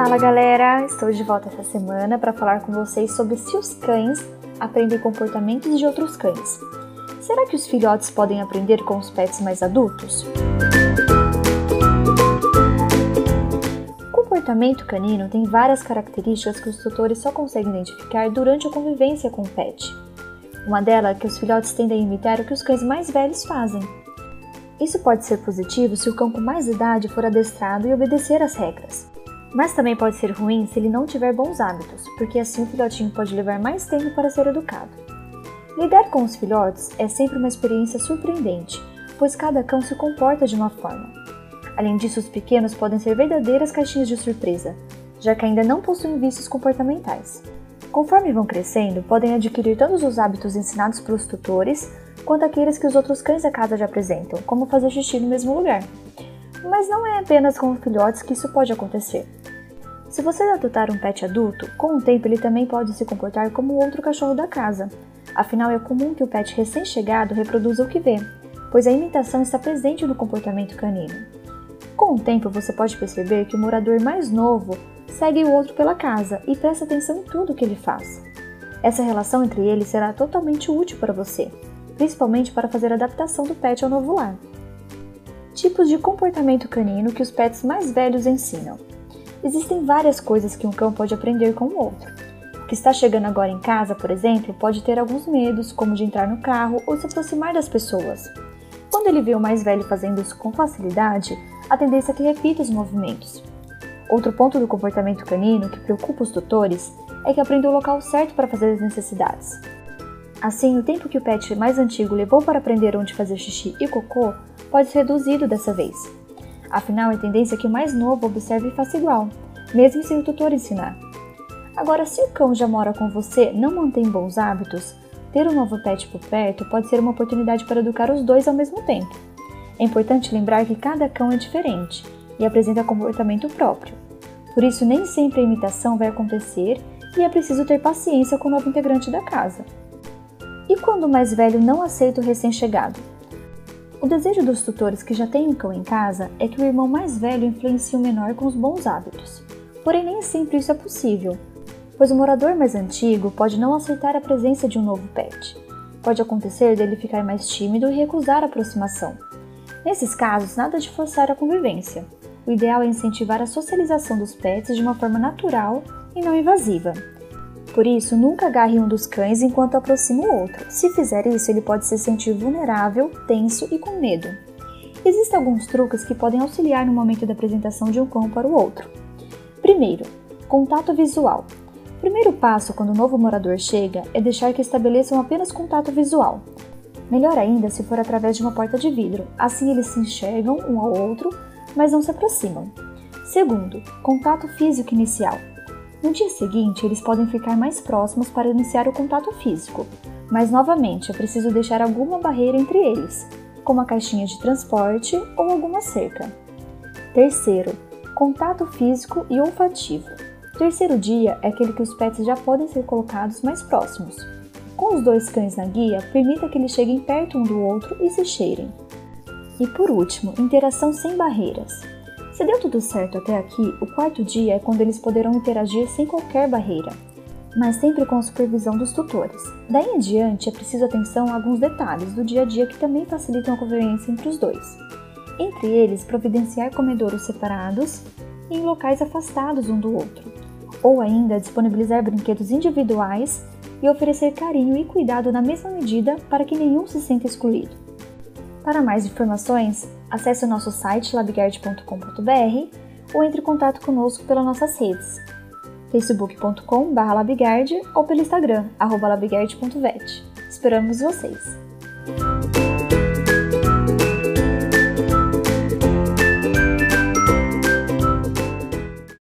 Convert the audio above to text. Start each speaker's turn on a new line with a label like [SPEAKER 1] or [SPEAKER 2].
[SPEAKER 1] Fala galera, estou de volta essa semana para falar com vocês sobre se os cães aprendem comportamentos de outros cães. Será que os filhotes podem aprender com os pets mais adultos? O comportamento canino tem várias características que os tutores só conseguem identificar durante a convivência com o pet. Uma delas é que os filhotes tendem a imitar o que os cães mais velhos fazem. Isso pode ser positivo se o cão com mais idade for adestrado e obedecer às regras. Mas também pode ser ruim se ele não tiver bons hábitos, porque assim o filhotinho pode levar mais tempo para ser educado. Lidar com os filhotes é sempre uma experiência surpreendente, pois cada cão se comporta de uma forma. Além disso, os pequenos podem ser verdadeiras caixinhas de surpresa, já que ainda não possuem vícios comportamentais. Conforme vão crescendo, podem adquirir todos os hábitos ensinados pelos tutores, quanto aqueles que os outros cães da casa já apresentam, como fazer xixi no mesmo lugar. Mas não é apenas com filhotes que isso pode acontecer. Se você adotar um pet adulto, com o tempo ele também pode se comportar como outro cachorro da casa. Afinal, é comum que o pet recém-chegado reproduza o que vê, pois a imitação está presente no comportamento canino. Com o tempo, você pode perceber que o morador mais novo segue o outro pela casa e presta atenção em tudo que ele faz. Essa relação entre eles será totalmente útil para você, principalmente para fazer a adaptação do pet ao novo lar. Tipos de comportamento canino que os pets mais velhos ensinam. Existem várias coisas que um cão pode aprender com o outro. O que está chegando agora em casa, por exemplo, pode ter alguns medos, como de entrar no carro ou se aproximar das pessoas. Quando ele vê o mais velho fazendo isso com facilidade, a tendência é que repita os movimentos. Outro ponto do comportamento canino que preocupa os tutores é que aprende o local certo para fazer as necessidades. Assim, o tempo que o pet mais antigo levou para aprender onde fazer xixi e cocô pode ser reduzido dessa vez. Afinal, a tendência é que o mais novo observe e faça igual, mesmo sem o tutor ensinar. Agora, se o cão já mora com você e não mantém bons hábitos, ter um novo pet por perto pode ser uma oportunidade para educar os dois ao mesmo tempo. É importante lembrar que cada cão é diferente e apresenta comportamento próprio. Por isso, nem sempre a imitação vai acontecer e é preciso ter paciência com o novo integrante da casa. E quando o mais velho não aceita o recém-chegado? O desejo dos tutores que já têm um cão em casa é que o irmão mais velho influencie o menor com os bons hábitos. Porém, nem sempre isso é possível, pois o morador mais antigo pode não aceitar a presença de um novo pet. Pode acontecer dele ficar mais tímido e recusar a aproximação. Nesses casos, nada de forçar a convivência. O ideal é incentivar a socialização dos pets de uma forma natural e não invasiva. Por isso, nunca agarre um dos cães enquanto aproxima o outro. Se fizer isso, ele pode se sentir vulnerável, tenso e com medo. Existem alguns truques que podem auxiliar no momento da apresentação de um cão para o outro. Primeiro, contato visual. O primeiro passo quando o novo morador chega é deixar que estabeleçam apenas contato visual. Melhor ainda se for através de uma porta de vidro, assim eles se enxergam um ao outro, mas não se aproximam. Segundo, contato físico inicial. No dia seguinte, eles podem ficar mais próximos para iniciar o contato físico, mas novamente é preciso deixar alguma barreira entre eles, como a caixinha de transporte ou alguma cerca. Terceiro, contato físico e olfativo. O terceiro dia é aquele que os pets já podem ser colocados mais próximos. Com os dois cães na guia, permita que eles cheguem perto um do outro e se cheirem. E por último, interação sem barreiras. Se deu tudo certo até aqui, o quarto dia é quando eles poderão interagir sem qualquer barreira, mas sempre com a supervisão dos tutores. Daí em diante, é preciso atenção a alguns detalhes do dia a dia que também facilitam a convivência entre os dois. Entre eles, providenciar comedouros separados e em locais afastados um do outro, ou ainda disponibilizar brinquedos individuais e oferecer carinho e cuidado na mesma medida para que nenhum se sinta excluído. Para mais informações, acesse o nosso site labigard.com.br ou entre em contato conosco pelas nossas redes, facebook.com/labigard ou pelo Instagram, @labigard.vet. Esperamos vocês!